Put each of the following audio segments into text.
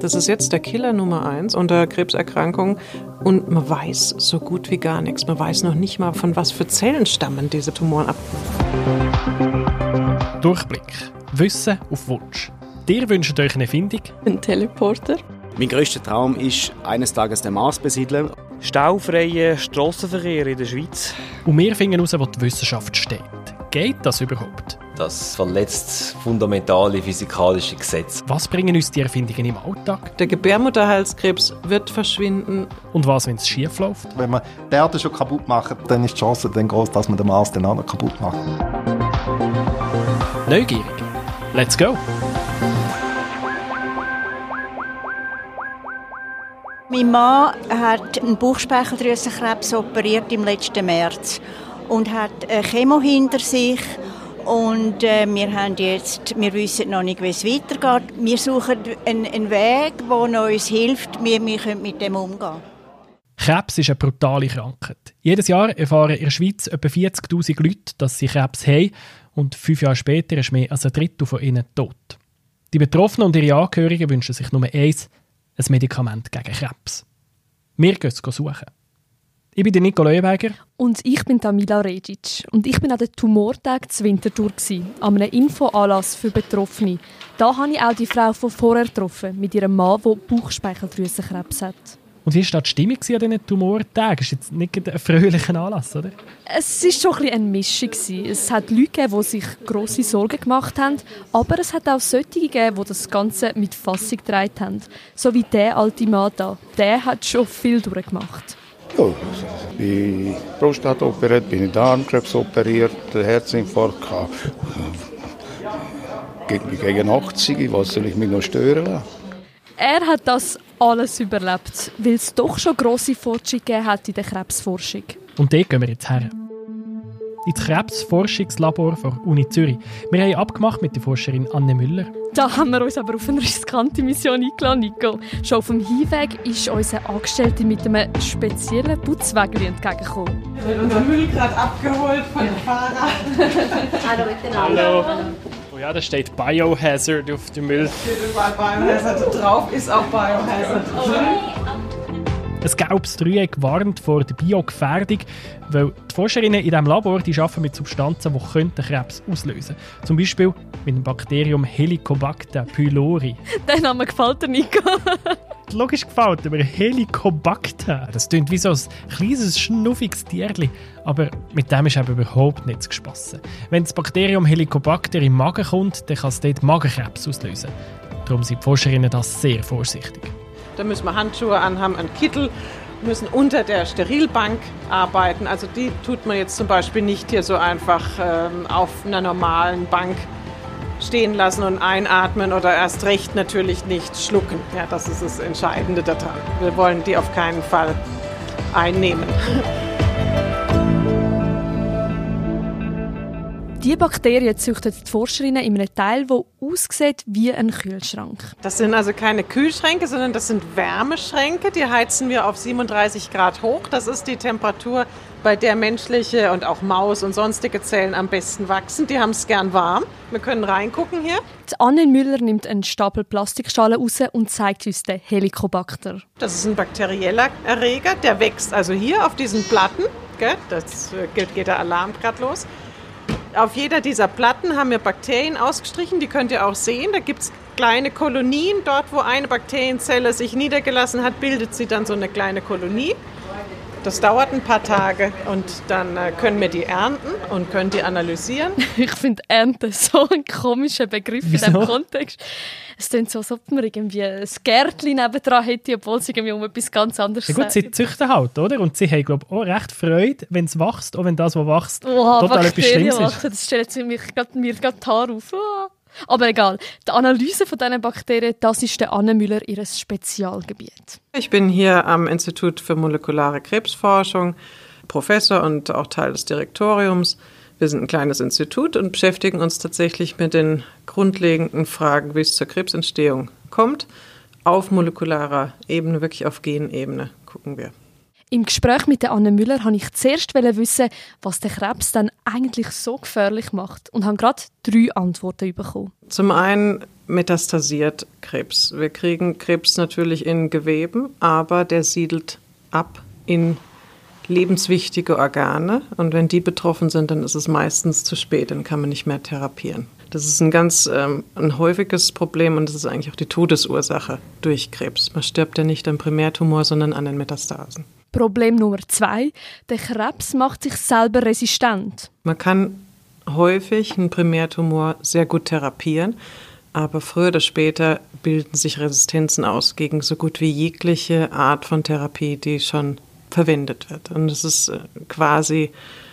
Das ist jetzt der Killer Nummer 1 unter Krebserkrankungen. Und man weiß so gut wie gar nichts. Man weiß noch nicht mal, von was für Zellen stammen diese Tumoren ab. Durchblick. Wissen auf Wunsch. Ihr wünscht euch eine Erfindung? Ein Teleporter. Mein grösster Traum ist, eines Tages den Mars besiedeln. Staufreien Strassenverkehr in der Schweiz. Und wir finden heraus, wo die Wissenschaft steht. Geht das überhaupt? Das verletzt fundamentale physikalische Gesetze. Was bringen uns die Erfindungen im Alltag? Der Gebärmutterhalskrebs wird verschwinden. Und was, wenn es schief läuft? Wenn man die Erde schon kaputt macht, dann ist die Chance dann groß, dass man den Mars dann auch noch kaputt macht. Neugierig. Let's go! Mein Mann hat einen Bauchspeicheldrüsenkrebs operiert im letzten März und hat eine Chemo hinter sich. Und wir wissen noch nicht, wie es weitergeht. Wir suchen einen Weg, der uns hilft, wie wir mit dem umgehen können. Krebs ist eine brutale Krankheit. Jedes Jahr erfahren in der Schweiz etwa 40'000 Leute, dass sie Krebs haben. Und 5 Jahre später ist mehr als ein Drittel von ihnen tot. Die Betroffenen und ihre Angehörigen wünschen sich nur eins: ein Medikament gegen Krebs. Wir gehen es suchen. Ich bin Nico Leuenberger. Und ich bin Tamila Regic. Und ich bin an den Tumortag zu Winterthur an einem Infoanlass für Betroffene. Da habe ich auch die Frau von vorher getroffen, mit ihrem Mann, der Bauchspeicheldrüsenkrebs hat. Und wie war die Stimmung an diesen Tumortagen? Das ist jetzt nicht ein fröhlicher Anlass, oder? Es war schon ein bisschen eine Mischung. Es hat Leute gegeben, die sich grosse Sorgen gemacht haben, aber es hat auch solche gegeben, die das Ganze mit Fassung getragen haben. So wie der alte Mann da. Der hat schon viel durchgemacht. Ja, ich bin Prostat operiert, bin Darmkrebs operiert, Herzinfarkt gehabt. Gegen 80, was soll ich mich noch stören lassen? Er hat das alles überlebt, weil es doch schon grosse Fortschritte gegeben hat in der Krebsforschung. Und dort gehen wir jetzt her. Ins Krebsforschungslabor der Uni Zürich. Wir haben abgemacht mit der Forscherin Anne Müller. Da haben wir uns aber auf eine riskante Mission eingeladen, Nico. Schon auf dem Hinweg ist unsere Angestellte mit einem speziellen Putzwägel entgegengekommen. Wir haben unseren Müll gerade abgeholt von dem Fahrer. Hallo. Oh ja, da steht Biohazard auf dem Müll. Steht überall Biohazard drauf, ist auch Biohazard. Ein gelbes Dreieck warnt vor der Biogefährdung, weil die Forscherinnen in diesem Labor die arbeiten mit Substanzen, die Krebs auslösen können. Zum Beispiel mit dem Bakterium Helicobacter pylori. Der Name gefällt dir, Nico. Logisch gefällt mir Helicobacter. Das klingt wie so ein kleines, schnuffiges Tierchen. Aber mit dem ist eben überhaupt nicht zu spassen. Wenn das Bakterium Helicobacter im Magen kommt, dann kann es dort Magenkrebs auslösen. Darum sind die Forscherinnen das sehr vorsichtig. Da müssen wir Handschuhe anhaben, einen Kittel, müssen unter der Sterilbank arbeiten. Also die tut man jetzt zum Beispiel nicht hier so einfach auf einer normalen Bank stehen lassen und einatmen oder erst recht natürlich nicht schlucken. Ja, das ist das Entscheidende daran. Wir wollen die auf keinen Fall einnehmen. Diese Bakterien züchten die Forscherinnen in einem Teil, der aussieht wie ein Kühlschrank. Das sind also keine Kühlschränke, sondern das sind Wärmeschränke. Die heizen wir auf 37 Grad hoch. Das ist die Temperatur, bei der menschliche und auch Maus und sonstige Zellen am besten wachsen. Die haben es gern warm. Wir können reingucken hier. Die Anne Müller nimmt einen Stapel Plastikschalen raus und zeigt uns den Helicobacter. Das ist ein bakterieller Erreger. Der wächst also hier auf diesen Platten. Das geht der Alarm gerade los. Auf jeder dieser Platten haben wir Bakterien ausgestrichen, die könnt ihr auch sehen. Da gibt es kleine Kolonien. Dort, wo eine Bakterienzelle sich niedergelassen hat, bildet sie dann so eine kleine Kolonie. Das dauert ein paar Tage und dann können wir die ernten und können die analysieren. Ich finde Ernte so ein komischer Begriff in diesem Kontext. Es klingt so, als ob man irgendwie ein Gärtchen nebendran hätte, obwohl es irgendwie um etwas ganz anderes geht. Ja gut, sie züchten halt, oder? Und sie haben, glaube ich, auch recht Freude, wenn es wächst, auch wenn das, was wächst, total etwas Schlimmes ist. Das stellt mir gerade die Haare auf. Aber egal, die Analyse von diesen Bakterien, das ist der Anne Müller ihr Spezialgebiet. Ich bin hier am Institut für molekulare Krebsforschung, Professor und auch Teil des Direktoriums. Wir sind ein kleines Institut und beschäftigen uns tatsächlich mit den grundlegenden Fragen, wie es zur Krebsentstehung kommt. Auf molekularer Ebene, wirklich auf Genebene gucken wir. Im Gespräch mit der Anne Müller wollte ich zuerst wissen, was der Krebs dann eigentlich so gefährlich macht und habe gerade 3 Antworten bekommen. Zum einen metastasiert Krebs. Wir kriegen Krebs natürlich in Geweben, aber der siedelt ab in lebenswichtige Organe. Und wenn die betroffen sind, dann ist es meistens zu spät, dann kann man nicht mehr therapieren. Das ist ein häufiges Problem und das ist eigentlich auch die Todesursache durch Krebs. Man stirbt ja nicht am Primärtumor, sondern an den Metastasen. Problem Nummer 2, der Krebs macht sich selber resistent. Man kann häufig einen Primärtumor sehr gut therapieren, aber früher oder später bilden sich Resistenzen aus gegen so gut wie jegliche Art von Therapie, die schon verwendet wird. Und es ist quasi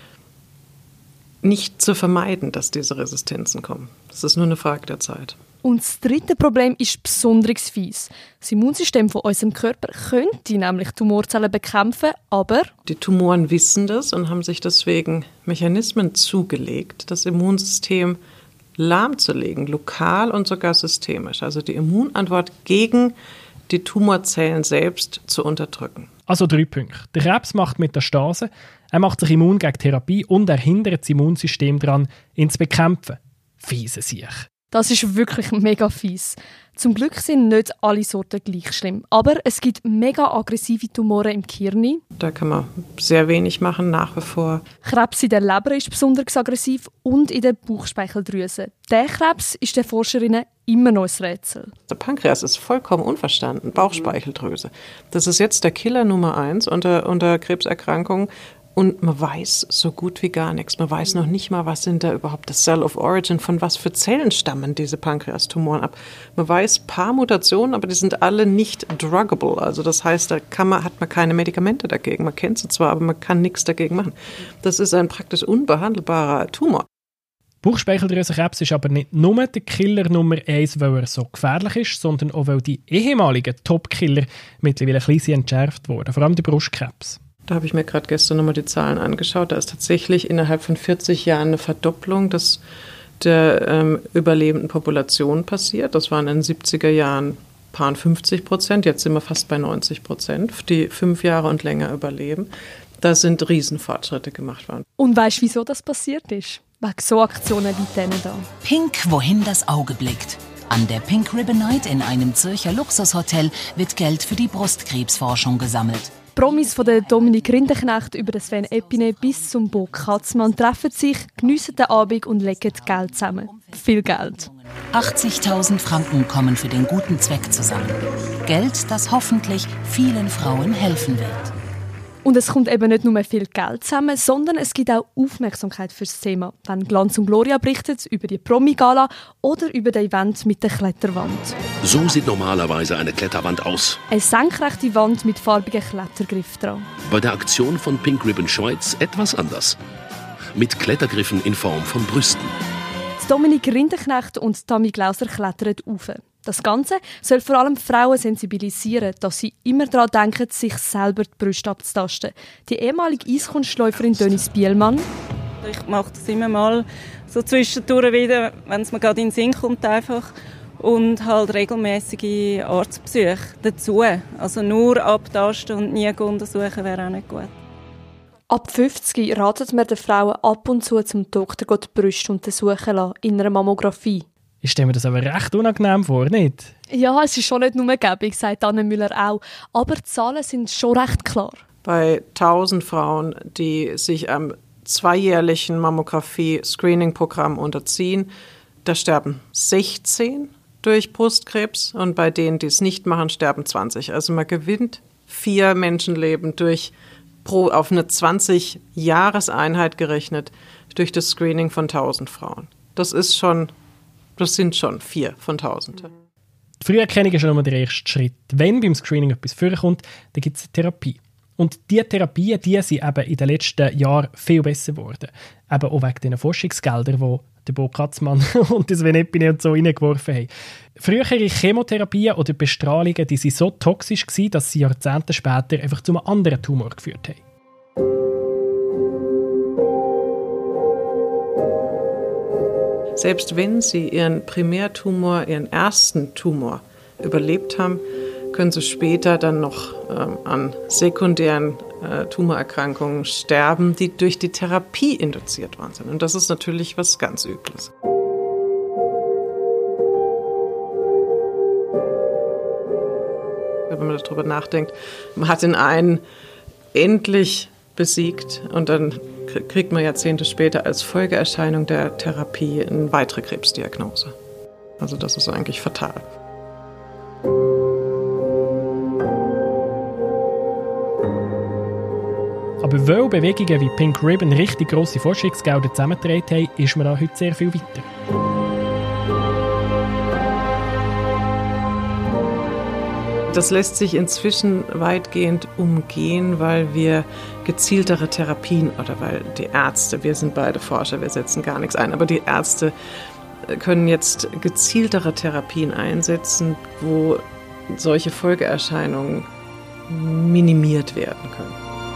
nicht zu vermeiden, dass diese Resistenzen kommen. Es ist nur eine Frage der Zeit. Und das 3. Problem ist besonders fies. Das Immunsystem von unserem Körper könnte nämlich Tumorzellen bekämpfen, aber die Tumoren wissen das und haben sich deswegen Mechanismen zugelegt, das Immunsystem lahmzulegen, lokal und sogar systemisch. Also die Immunantwort gegen die Tumorzellen selbst zu unterdrücken. Also 3 Punkte. Der Krebs macht Metastasen, er macht sich immun gegen Therapie und er hindert das Immunsystem daran, ihn zu bekämpfen. Fiese Siech. das ist wirklich mega fies. Zum Glück sind nicht alle Sorten gleich schlimm, aber es gibt mega aggressive Tumoren im Gehirn. Da kann man sehr wenig machen, nach wie vor. Krebs in der Leber ist besonders aggressiv und in der Bauchspeicheldrüse. Der Krebs ist den Forscherinnen immer noch ein Rätsel. Der Pankreas ist vollkommen unverstanden, Bauchspeicheldrüse. Das ist jetzt der Killer Nummer 1 unter Krebserkrankungen. Und man weiß so gut wie gar nichts. Man weiß noch nicht mal, was sind da überhaupt das Cell of Origin, von was für Zellen stammen diese Pankreastumoren ab. Man weiß ein paar Mutationen, aber die sind alle nicht druggable. Also das heißt, da hat man keine Medikamente dagegen. Man kennt sie zwar, aber man kann nichts dagegen machen. Das ist ein praktisch unbehandelbarer Tumor. Bauchspeicheldrüsenkrebs ist aber nicht nur der Killer Nummer 1, weil er so gefährlich ist, sondern auch, weil die ehemaligen Top-Killer mittlerweile ein bisschen entschärft wurden, vor allem der Brustkrebs. Da habe ich mir gerade gestern nochmal die Zahlen angeschaut. Da ist tatsächlich innerhalb von 40 Jahren eine Verdopplung der überlebenden Population passiert. Das waren in den 70er Jahren paar 50%, jetzt sind wir fast bei 90%, die 5 Jahre und länger überleben. Da sind Riesenfortschritte gemacht worden. Und weißt du, wieso das passiert ist? Wegen so Aktionen wie denen da. Pink, wohin das Auge blickt. An der Pink Ribbon Night in einem Zürcher Luxushotel wird Geld für die Brustkrebsforschung gesammelt. Promis von der Dominik Rinderknecht über den Sven Epine bis zum Bo Katzmann treffen sich, geniessen den Abend und legen Geld zusammen. Viel Geld. 80.000 Franken kommen für den guten Zweck zusammen. Geld, das hoffentlich vielen Frauen helfen wird. Und es kommt eben nicht nur viel Geld zusammen, sondern es gibt auch Aufmerksamkeit für das Thema. Wenn Glanz und Gloria berichtet über die Promi-Gala oder über das Event mit der Kletterwand. So sieht normalerweise eine Kletterwand aus. Eine senkrechte Wand mit farbigen Klettergriffen dran. Bei der Aktion von Pink Ribbon Schweiz etwas anders. Mit Klettergriffen in Form von Brüsten. Dominik Rinderknecht und Tammy Glauser klettern auf. Das Ganze soll vor allem Frauen sensibilisieren, dass sie immer daran denken, sich selber die Brüste abzutasten. Die ehemalige Eiskunstläuferin Denise Bielmann. Ich mache das immer mal so zwischendurch wieder, wenn es mir gerade in den Sinn kommt einfach. Und halt regelmäßige Arztbesuche dazu. Also nur abtasten und nie untersuchen wäre auch nicht gut. Ab 50 ratet man den Frauen ab und zu zum Doktor die Brüste untersuchen lassen, in einer Mammographie. Ich stelle mir das aber recht unangenehm vor, nicht? Ja, es ist schon nicht nur gäbig, sagt Anne Müller auch. Aber die Zahlen sind schon recht klar. Bei 1000 Frauen, die sich am 2-jährlichen Mammographie-Screening-Programm unterziehen, da sterben 16 durch Brustkrebs und bei denen, die es nicht machen, sterben 20. Also man gewinnt 4 Menschenleben auf eine 20-Jahres-Einheit gerechnet durch das Screening von 1000 Frauen. Das sind schon 4 von 1000. Die Früherkennung ist schon nur der erste Schritt. Wenn beim Screening etwas vorkommt, dann gibt es eine Therapie. Und diese Therapien, die sind eben in den letzten Jahren viel besser geworden. Eben auch wegen den Forschungsgeldern, die der Bo Katzmann und das Sven Epine und so reingeworfen haben. Frühere Chemotherapien oder Bestrahlungen, die waren so toxisch gewesen, dass sie Jahrzehnte später einfach zu einem anderen Tumor geführt haben. Selbst wenn sie ihren Primärtumor, ihren ersten Tumor überlebt haben, können sie später dann noch an sekundären Tumorerkrankungen sterben, die durch die Therapie induziert worden sind. Und das ist natürlich was ganz Übles. Wenn man darüber nachdenkt, man hat den einen endlich besiegt und dann kriegt man Jahrzehnte später als Folgeerscheinung der Therapie eine weitere Krebsdiagnose. Also das ist eigentlich fatal. Aber weil Bewegungen wie Pink Ribbon richtig grosse Forschungsgelder zusammengetragen haben, ist man da heute sehr viel weiter. Das lässt sich inzwischen weitgehend umgehen, weil wir gezieltere Therapien oder weil die Ärzte, wir sind beide Forscher, wir setzen gar nichts ein, aber die Ärzte können jetzt gezieltere Therapien einsetzen, wo solche Folgeerscheinungen minimiert werden können.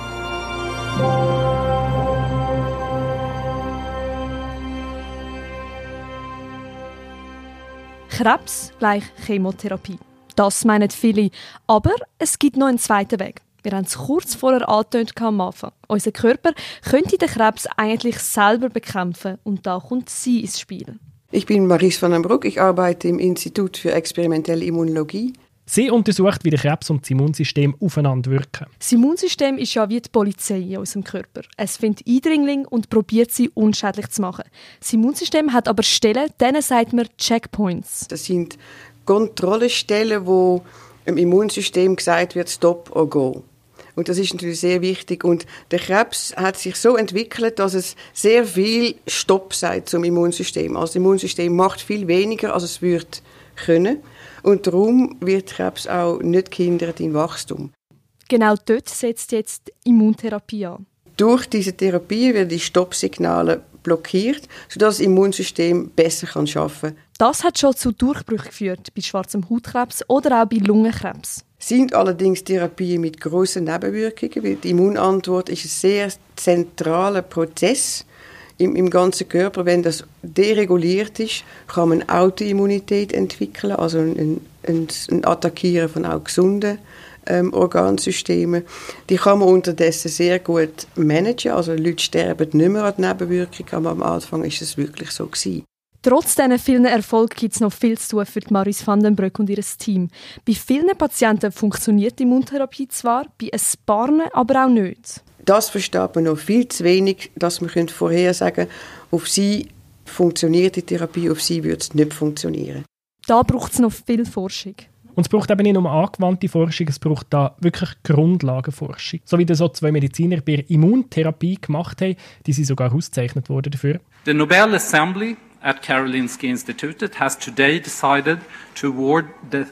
Krebs gleich Chemotherapie. Das meinen viele. Aber es gibt noch einen zweiten Weg. Wir haben es kurz vorher angetönt am Anfang. Unser Körper könnte den Krebs eigentlich selber bekämpfen. Und da kommt sie ins Spiel. Ich bin Maries van den Broek. Ich arbeite im Institut für experimentelle Immunologie. Sie untersucht, wie der Krebs und das Immunsystem aufeinander wirken. Das Immunsystem ist ja wie die Polizei in unserem Körper. Es findet Eindringlinge und probiert sie unschädlich zu machen. Das Immunsystem hat aber Stellen, denen sagt man Checkpoints. Das sind Kontrollstellen, wo im Immunsystem gesagt wird, stop or go. Und das ist natürlich sehr wichtig. Und der Krebs hat sich so entwickelt, dass es sehr viel Stopp sagt zum Immunsystem. Also das Immunsystem macht viel weniger, als es würde können. Und darum wird Krebs auch nicht gehindert im Wachstum. Genau dort setzt jetzt Immuntherapie an. Durch diese Therapie werden die Stoppsignale blockiert, sodass das Immunsystem besser arbeiten kann. Das hat schon zu Durchbrüchen geführt, bei schwarzem Hautkrebs oder auch bei Lungenkrebs. Sind allerdings Therapien mit grossen Nebenwirkungen, weil die Immunantwort ist ein sehr zentraler Prozess im ganzen Körper. Wenn das dereguliert ist, kann man Autoimmunität entwickeln, also ein Attackieren von auch gesunden Organsystemen. Die kann man unterdessen sehr gut managen. Also Leute sterben nicht mehr an Nebenwirkungen, aber am Anfang ist es wirklich so gewesen. Trotz diesen vielen Erfolgen gibt es noch viel zu tun für Maries van den Broek und ihr Team. Bei vielen Patienten funktioniert die Immuntherapie zwar, bei ein paar aber auch nicht. Das versteht man noch viel zu wenig, dass man vorhersagen kann, auf sie funktioniert die Therapie, auf sie wird es nicht funktionieren. Da braucht es noch viel Forschung. Und es braucht eben nicht nur angewandte Forschung, es braucht da wirklich Grundlagenforschung. So wie das so 2 Mediziner bei der Immuntherapie gemacht haben, die sind sogar ausgezeichnet worden dafür. The Nobel Assembly at Karolinska Institutet has today decided to award the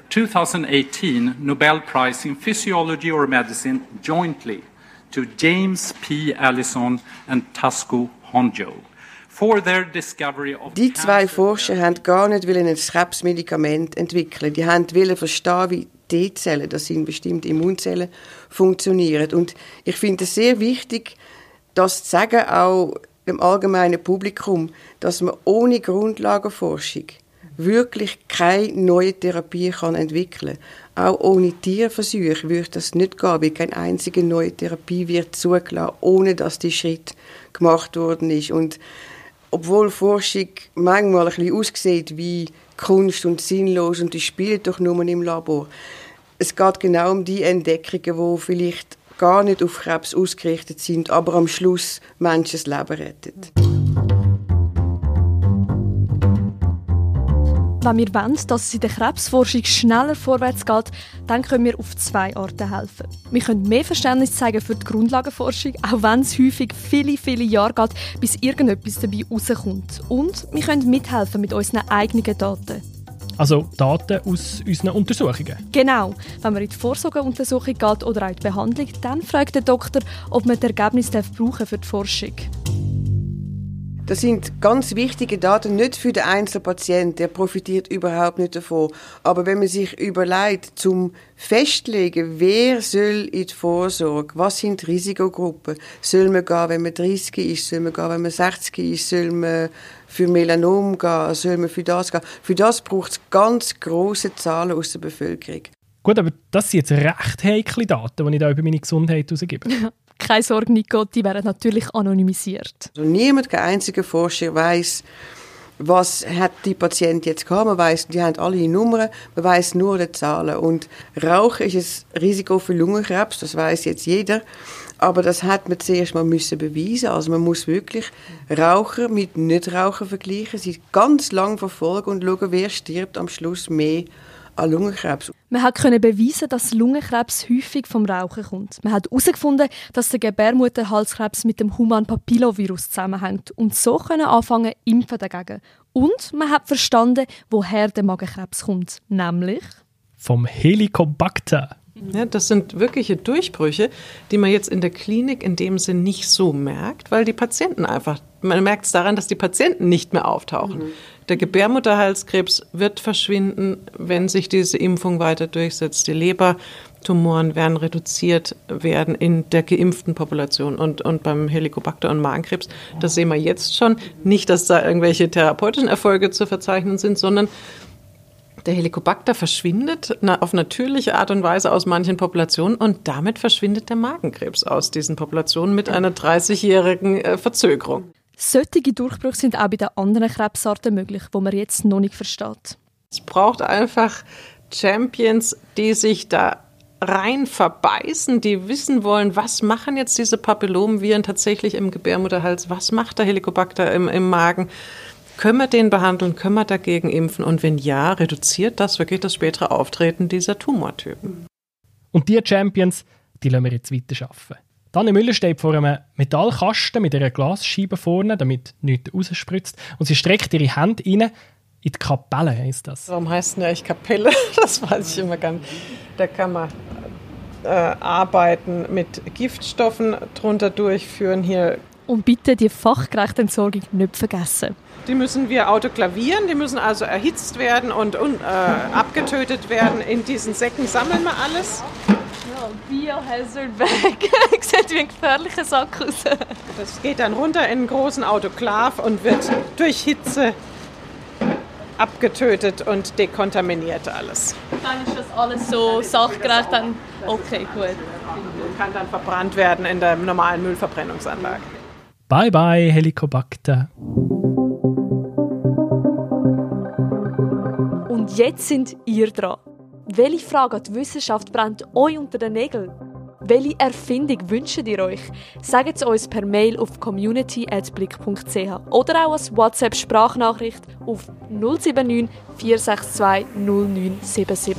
2018 Nobel Prize in Physiology or Medicine jointly to James P. Allison and Tasuku Honjo. Die 2 Forscher haben gar nicht ein Krebsmedikament entwickeln. Die wollten verstehen, wie T-Zellen, das sind bestimmte Immunzellen, funktionieren. Und ich finde es sehr wichtig, das zu sagen, auch im allgemeinen Publikum, dass man ohne Grundlagenforschung wirklich keine neue Therapie entwickeln kann. Auch ohne Tierversuche würde das nicht gehen, weil keine einzige neue Therapie wird zugelassen, ohne dass die Schritt gemacht worden ist. Und obwohl Forschung manchmal ein bisschen aussieht wie Kunst und sinnlos und die spielt doch nur im Labor. Es geht genau um die Entdeckungen, die vielleicht gar nicht auf Krebs ausgerichtet sind, aber am Schluss Menschen das Leben retten. Wenn wir wollen, dass es in der Krebsforschung schneller vorwärts geht, dann können wir auf 2 Arten helfen. Wir können mehr Verständnis zeigen für die Grundlagenforschung, auch wenn es häufig viele, viele Jahre geht, bis irgendetwas dabei rauskommt. Und wir können mithelfen mit unseren eigenen Daten. Also Daten aus unseren Untersuchungen? Genau. Wenn man in die Vorsorgeuntersuchung geht oder auch in die Behandlung, dann fragt der Doktor, ob man das Ergebnis brauchen für die Forschung. Das sind ganz wichtige Daten, nicht für den einzelnen Patienten, der profitiert überhaupt nicht davon. Aber wenn man sich überlegt, zum Festlegen, wer soll in die Vorsorge, was sind die Risikogruppen, soll man gehen, wenn man 30 ist, soll man gehen, wenn man 60 ist, soll man für Melanom gehen, soll man für das gehen. Für das braucht es ganz grosse Zahlen aus der Bevölkerung. Gut, aber das sind jetzt recht heikle Daten, die ich da über meine Gesundheit herausgebe. Keine Sorge, Nico, die werden natürlich anonymisiert. Also niemand, kein einziger Forscher weiss, was hat die Patient jetzt gehabt. Man weiss, die haben alle Nummern, man weiss nur die Zahlen. Und Rauchen ist ein Risiko für Lungenkrebs, das weiss jetzt jeder. Aber das hat man zuerst mal beweisen. Also man muss wirklich Raucher mit Nichtraucher vergleichen, sie ganz lang verfolgen und schauen, wer stirbt am Schluss mehr an Lungenkrebs. Man konnte beweisen, dass Lungenkrebs häufig vom Rauchen kommt. Man hat herausgefunden, dass der Gebärmutterhalskrebs mit dem Human Papillovirus zusammenhängt und so können anfangen impfen dagegen. Und man hat verstanden, woher der Magenkrebs kommt, nämlich vom Helicobacter. Ja, das sind wirkliche Durchbrüche, die man jetzt in der Klinik in dem Sinn nicht so merkt, weil die Patienten einfach, man merkt es daran, dass die Patienten nicht mehr auftauchen. Der Gebärmutterhalskrebs wird verschwinden, wenn sich diese Impfung weiter durchsetzt. Die Lebertumoren werden reduziert werden in der geimpften Population und beim Helicobacter und Magenkrebs. Das sehen wir jetzt schon. Nicht, dass da irgendwelche therapeutischen Erfolge zu verzeichnen sind, sondern der Helicobacter verschwindet auf natürliche Art und Weise aus manchen Populationen und damit verschwindet der Magenkrebs aus diesen Populationen mit einer 30-jährigen Verzögerung. Solche Durchbrüche sind auch bei den anderen Krebsarten möglich, die man jetzt noch nicht versteht. Es braucht einfach Champions, die sich da rein verbeißen, die wissen wollen, was machen jetzt diese Papillomviren tatsächlich im Gebärmutterhals, was macht der Helicobacter im Magen. Können wir den behandeln? Können wir dagegen impfen? Und wenn ja, reduziert das wirklich das spätere Auftreten dieser Tumortypen? Und die Champions, die lassen wir jetzt weiter arbeiten. Dani Müller steht vor einem Metallkasten mit einer Glasscheibe vorne, damit nichts rausspritzt. Und sie streckt ihre Hände rein in die Kapelle, heisst das. Warum heisst denn eigentlich Kapelle? Das weiß ich immer gar nicht. Da kann man arbeiten mit Giftstoffen drunter durchführen hier. Und bitte die fachgerechte Entsorgung nicht vergessen. Die müssen wir autoklavieren, die müssen also erhitzt werden und abgetötet werden. In diesen Säcken sammeln wir alles. Ja, Biohazard Bag. Sieht wie ein gefährlicher Sack aus. Das geht dann runter in einen großen Autoklav und wird durch Hitze abgetötet und dekontaminiert alles. Dann ist das alles so sachgerecht. Dann okay, gut. Kann dann verbrannt werden in der normalen Müllverbrennungsanlage. Bye bye, Helicobacter. Und jetzt sind ihr dran. Welche Frage an die Wissenschaft brennt euch unter den Nägeln? Welche Erfindung wünscht ihr euch? Sagt es uns per Mail auf community@blick.ch oder auch als WhatsApp-Sprachnachricht auf 079 462 0977.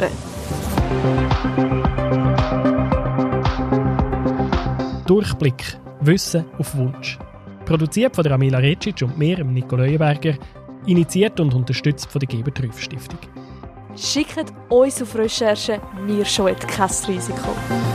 Durchblick. Wissen auf Wunsch. Produziert von der Amila Recic und mir, Nico Leuenberger. Initiiert und unterstützt von der Geber-Trüff-Stiftung. Schickt uns auf Recherche, wir scheuen kein Risiko.